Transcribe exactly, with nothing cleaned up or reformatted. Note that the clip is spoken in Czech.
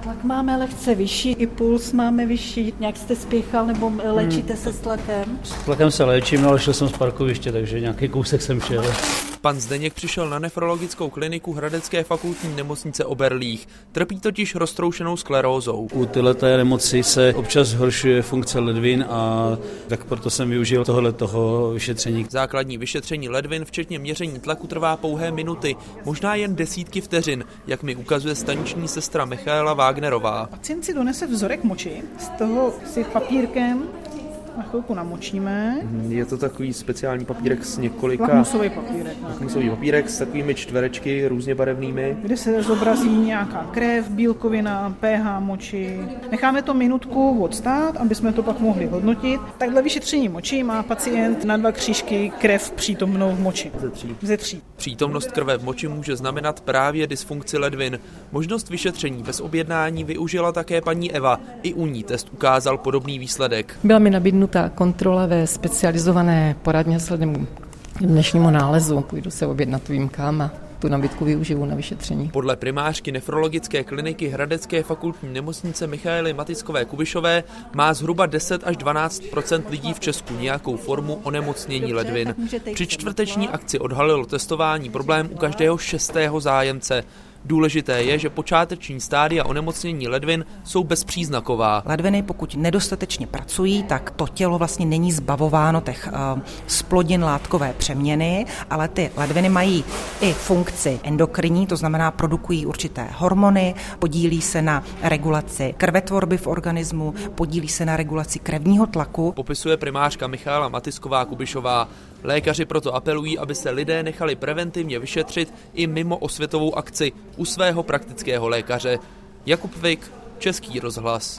Tlak máme lehce vyšší, i puls máme vyšší. Nějak jste spěchal nebo léčíte hmm. se s tlakem? S tlakem se léčím, ale šel jsem z parkoviště, takže nějaký kousek jsem šel. Pan Zdeněk přišel na nefrologickou kliniku Hradecké fakultní nemocnice Oberlích. Trpí totiž roztroušenou sklerózou. U této nemoci se občas zhoršuje funkce ledvin a tak proto jsem využil tohoto vyšetření. Základní vyšetření ledvin, včetně měření tlaku, trvá pouhé minuty, možná jen desítky vteřin, jak mi ukazuje staniční sestra Michaela Wagnerová. Pacient si donese vzorek moči, z toho si papírkem na chvilku namočíme. Je to takový speciální papírek s několika... Lakmusový papírek. Lakmusový papírek s takovými čtverečky různě barevnými. Kde se zobrazí nějaká krev, bílkovina, pH moči. Necháme to minutku odstát, aby jsme to pak mohli hodnotit. Takhle vyšetření moči má pacient na dva křížky krev přítomnou v moči. Ze tří. Ze tří. Přítomnost krve v moči může znamenat právě dysfunkci ledvin. Možnost vyšetření bez objednání využila také paní Eva. I u ní test ukázal podobný výsledek. Byla mi nabídnuta kontrola ve specializované poradně vzhledem k dnešnímu nálezu. Půjdu se objednat výjimkám a tu nabídku využiju na vyšetření. Podle primářky nefrologické kliniky Hradecké fakultní nemocnice Michaely Matiskové-Kubišové má zhruba deset až dvanáct procent lidí v Česku nějakou formu onemocnění ledvin. Při čtvrteční akci odhalilo testování problém u každého šestého zájemce. Důležité je, že počáteční stádia onemocnění ledvin jsou bezpříznaková. Ledviny, pokud nedostatečně pracují, tak to tělo vlastně není zbavováno těch uh, zplodin látkové přeměny, ale ty ledviny mají i funkci endokrinní, to znamená produkují určité hormony, podílí se na regulaci krvetvorby v organismu, podílí se na regulaci krevního tlaku. Popisuje primářka Michaela Matisková-Kubišová. Lékaři proto apelují, aby se lidé nechali preventivně vyšetřit i mimo osvětovou akci u svého praktického lékaře. Jakub Vik, Český rozhlas.